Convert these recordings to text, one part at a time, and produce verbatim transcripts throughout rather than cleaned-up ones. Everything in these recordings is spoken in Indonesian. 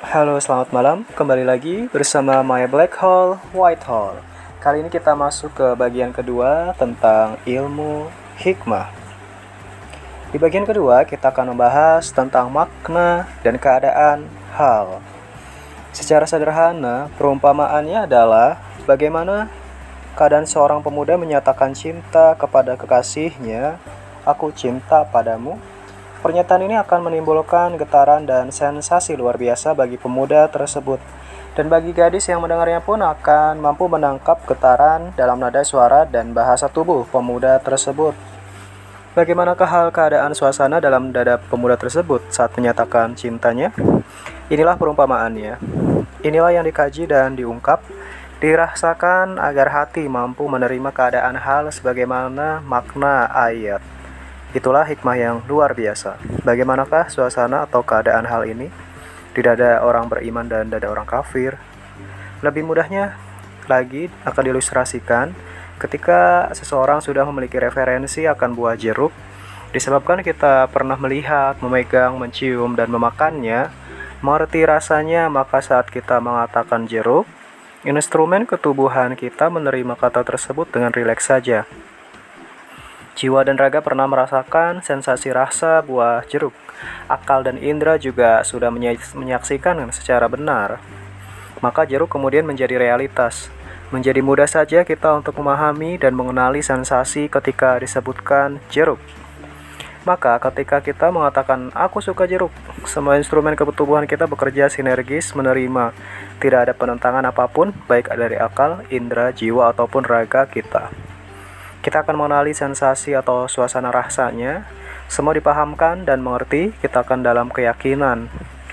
Halo, selamat malam. Kembali lagi bersama My Black Hole, White Hole. Kali ini kita masuk ke bagian kedua tentang ilmu hikmah. Di bagian kedua, kita akan membahas tentang makna dan keadaan hal. Secara sederhana, perumpamaannya adalah bagaimana keadaan seorang pemuda menyatakan cinta kepada kekasihnya, "Aku cinta padamu." Pernyataan ini akan menimbulkan getaran dan sensasi luar biasa bagi pemuda tersebut. Dan bagi gadis yang mendengarnya pun akan mampu menangkap getaran dalam nada suara dan bahasa tubuh pemuda tersebut. Bagaimanakah hal keadaan suasana dalam dada pemuda tersebut saat menyatakan cintanya? Inilah perumpamaannya. Inilah yang dikaji dan diungkap, dirasakan agar hati mampu menerima keadaan hal sebagaimana makna ayat. Itulah hikmah yang luar biasa. Bagaimanakah suasana atau keadaan hal ini di dada orang beriman dan dada orang kafir? Lebih mudahnya lagi akan diilustrasikan ketika seseorang sudah memiliki referensi akan buah jeruk, disebabkan kita pernah melihat, memegang, mencium, dan memakannya, mengerti rasanya, maka saat kita mengatakan jeruk, instrumen ketubuhan kita menerima kata tersebut dengan rileks saja. Jiwa dan raga pernah merasakan sensasi rasa buah jeruk. Akal dan indera juga sudah menyaksikan secara benar. Maka jeruk kemudian menjadi realitas. Menjadi mudah saja kita untuk memahami dan mengenali sensasi ketika disebutkan jeruk. Maka ketika kita mengatakan aku suka jeruk, semua instrumen ketubuhan kita bekerja sinergis menerima. Tidak ada penentangan apapun, baik dari akal, indera, jiwa, ataupun raga kita. Kita akan mengenali sensasi atau suasana rasanya, semua dipahamkan dan mengerti, kita akan dalam keyakinan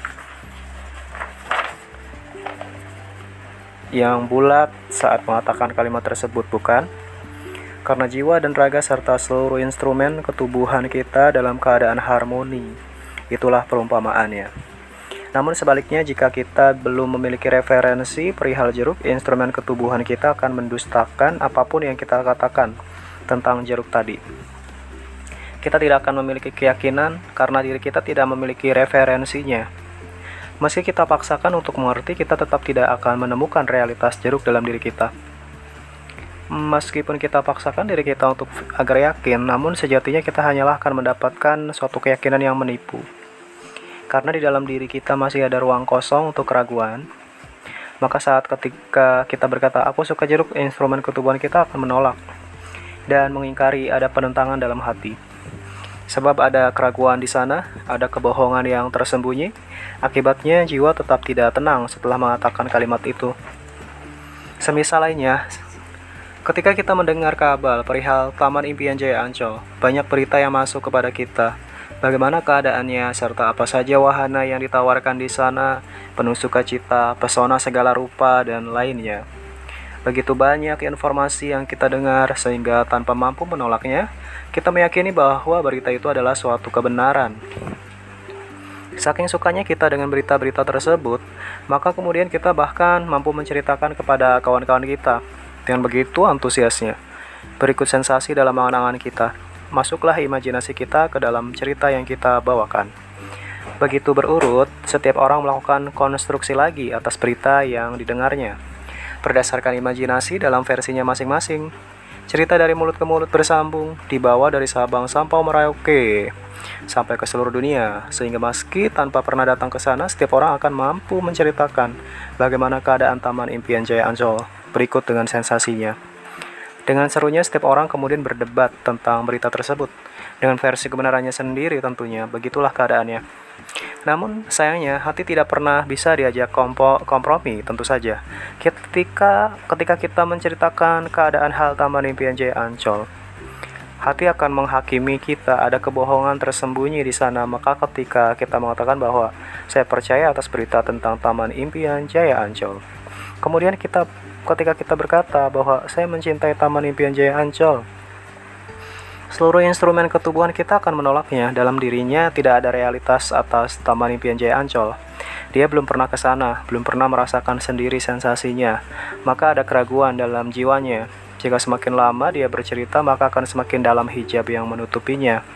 yang bulat saat mengatakan kalimat tersebut, bukan? Karena jiwa dan raga serta seluruh instrumen ketubuhan kita dalam keadaan harmoni. Itulah perumpamaannya. Namun sebaliknya, jika kita belum memiliki referensi perihal jeruk, instrumen ketubuhan kita akan mendustakan apapun yang kita katakan tentang jeruk tadi. Kita tidak akan memiliki keyakinan karena diri kita tidak memiliki referensinya. Meski kita paksakan untuk mengerti, kita tetap tidak akan menemukan realitas jeruk dalam diri kita. Meskipun kita paksakan diri kita untuk agar yakin, namun sejatinya kita hanyalah akan mendapatkan suatu keyakinan yang menipu. Karena di dalam diri kita masih ada ruang kosong untuk keraguan, maka saat ketika kita berkata, aku suka jeruk, instrumen ketubuhan kita akan menolak dan mengingkari ada penentangan dalam hati. Sebab ada keraguan di sana, ada kebohongan yang tersembunyi. Akibatnya jiwa tetap tidak tenang setelah mengatakan kalimat itu. Semisal lainnya, ketika kita mendengar kabar perihal Taman Impian Jaya Ancol, banyak berita yang masuk kepada kita. Bagaimana keadaannya, serta apa saja wahana yang ditawarkan di sana, penuh sukacita, pesona segala rupa, dan lainnya. Begitu banyak informasi yang kita dengar sehingga tanpa mampu menolaknya, kita meyakini bahwa berita itu adalah suatu kebenaran. Saking sukanya kita dengan berita-berita tersebut, maka kemudian kita bahkan mampu menceritakan kepada kawan-kawan kita. Dengan begitu antusiasnya, berikut sensasi dalam angan-angan kita. Masuklah imajinasi kita ke dalam cerita yang kita bawakan. Begitu berurut, setiap orang melakukan konstruksi lagi atas berita yang didengarnya. Berdasarkan imajinasi dalam versinya masing-masing, cerita dari mulut ke mulut bersambung, dibawa dari Sabang sampai Merauke, sampai ke seluruh dunia, sehingga meski tanpa pernah datang ke sana, setiap orang akan mampu menceritakan bagaimana keadaan Taman Impian Jaya Ancol berikut dengan sensasinya. Dengan serunya, setiap orang kemudian berdebat tentang berita tersebut, dengan versi kebenarannya sendiri tentunya, begitulah keadaannya. Namun sayangnya hati tidak pernah bisa diajak kompo, kompromi tentu saja. Ketika ketika kita menceritakan keadaan hal Taman Impian Jaya Ancol, hati akan menghakimi kita ada kebohongan tersembunyi di sana. Maka ketika kita mengatakan bahwa saya percaya atas berita tentang Taman Impian Jaya Ancol, kemudian kita ketika kita berkata bahwa saya mencintai Taman Impian Jaya Ancol, seluruh instrumen ketubuhan kita akan menolaknya. Dalam dirinya tidak ada realitas atas Taman Impian Jaya Ancol. Dia belum pernah ke sana, belum pernah merasakan sendiri sensasinya. Maka ada keraguan dalam jiwanya. Jika semakin lama dia bercerita, maka akan semakin dalam hijab yang menutupinya.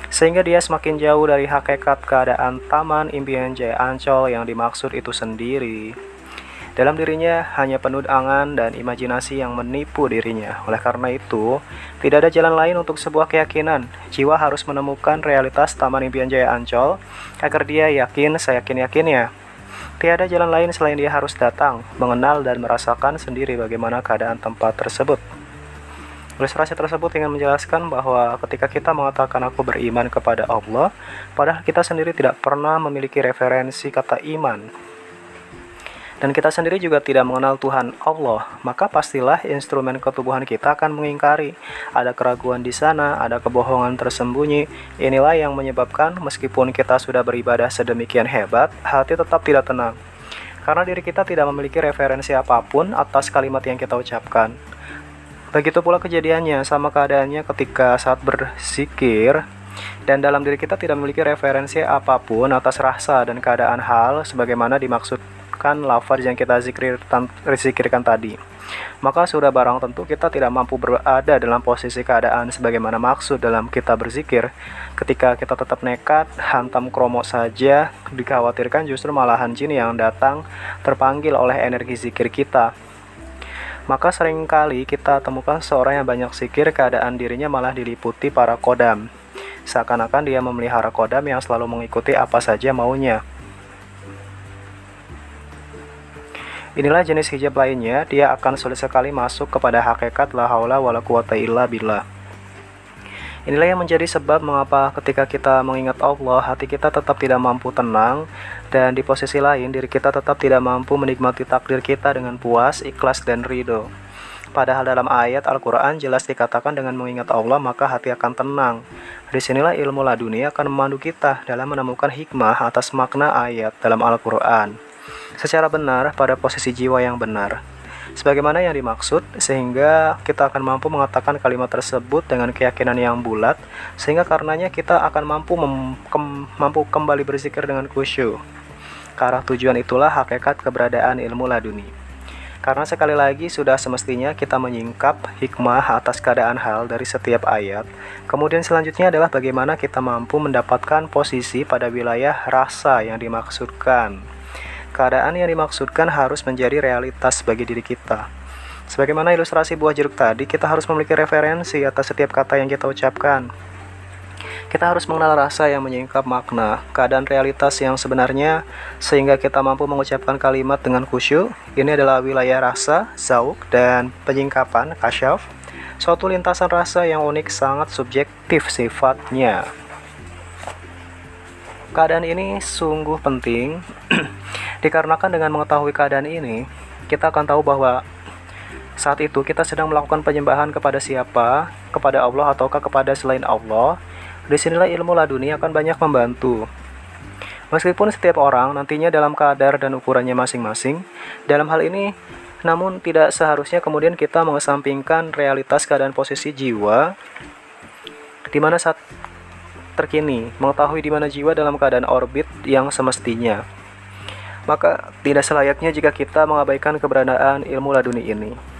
sehingga dia semakin jauh dari hakikat keadaan Taman Impian Jaya Ancol yang dimaksud itu sendiri. Dalam dirinya hanya penuh angan dan imajinasi yang menipu dirinya. Oleh karena itu, tidak ada jalan lain untuk sebuah keyakinan. Jiwa harus menemukan realitas Taman Impian Jaya Ancol agar dia yakin seyakin-yakinnya. Tiada jalan lain selain dia harus datang, mengenal dan merasakan sendiri bagaimana keadaan tempat tersebut. Ilustrasi tersebut ingin menjelaskan bahwa ketika kita mengatakan aku beriman kepada Allah, padahal kita sendiri tidak pernah memiliki referensi kata iman, dan kita sendiri juga tidak mengenal Tuhan Allah, maka pastilah instrumen ketubuhan kita akan mengingkari. Ada keraguan di sana, ada kebohongan tersembunyi. Inilah yang menyebabkan meskipun kita sudah beribadah sedemikian hebat, hati tetap tidak tenang. Karena diri kita tidak memiliki referensi apapun atas kalimat yang kita ucapkan. Begitu pula kejadiannya, sama keadaannya ketika saat berzikir, dan dalam diri kita tidak memiliki referensi apapun atas rasa dan keadaan hal sebagaimana dimaksud kan lafaz yang kita zikir, zikirkan tadi, maka sudah barang tentu kita tidak mampu berada dalam posisi keadaan sebagaimana maksud dalam kita berzikir. Ketika kita tetap nekat hantam kromo saja, dikhawatirkan justru malahan jin yang datang terpanggil oleh energi zikir kita. Maka seringkali kita temukan seorang yang banyak zikir, keadaan dirinya malah diliputi para kodam, seakan-akan dia memelihara kodam yang selalu mengikuti apa saja maunya. Inilah jenis hijab lainnya, dia akan sulit sekali masuk kepada hakikat la haula wala quwata illa billah. Inilah yang menjadi sebab mengapa ketika kita mengingat Allah, hati kita tetap tidak mampu tenang, dan di posisi lain diri kita tetap tidak mampu menikmati takdir kita dengan puas, ikhlas, dan ridho. Padahal dalam ayat Al-Quran jelas dikatakan dengan mengingat Allah maka hati akan tenang. Disinilah ilmu laduni akan memandu kita dalam menemukan hikmah atas makna ayat dalam Al-Quran secara benar pada posisi jiwa yang benar, sebagaimana yang dimaksud, sehingga kita akan mampu mengatakan kalimat tersebut dengan keyakinan yang bulat, sehingga karenanya kita akan mampu mem kem mampu kembali berzikir dengan khusyuk. Ke arah tujuan itulah hakikat keberadaan ilmu laduni. Karena sekali lagi sudah semestinya kita menyingkap hikmah atas keadaan hal dari setiap ayat. Kemudian selanjutnya adalah bagaimana kita mampu mendapatkan posisi pada wilayah rasa yang dimaksudkan. Keadaan yang dimaksudkan harus menjadi realitas bagi diri kita. Sebagaimana ilustrasi buah jeruk tadi, kita harus memiliki referensi atas setiap kata yang kita ucapkan. Kita harus mengenal rasa yang menyingkap makna, keadaan realitas yang sebenarnya, sehingga kita mampu mengucapkan kalimat dengan khusyuk. Ini adalah wilayah rasa, zauk, dan penyingkapan, kasyaf. Suatu lintasan rasa yang unik, sangat subjektif sifatnya. Keadaan ini sungguh penting, dikarenakan dengan mengetahui keadaan ini, kita akan tahu bahwa saat itu kita sedang melakukan penyembahan kepada siapa, kepada Allah ataukah kepada selain Allah. Disinilah ilmu laduni akan banyak membantu. Meskipun setiap orang nantinya dalam kadar dan ukurannya masing-masing, dalam hal ini, namun tidak seharusnya kemudian kita mengesampingkan realitas keadaan posisi jiwa, di mana saat terkini, mengetahui di mana jiwa dalam keadaan orbit yang semestinya. Maka tidak selayaknya jika kita mengabaikan keberadaan ilmu laduni ini.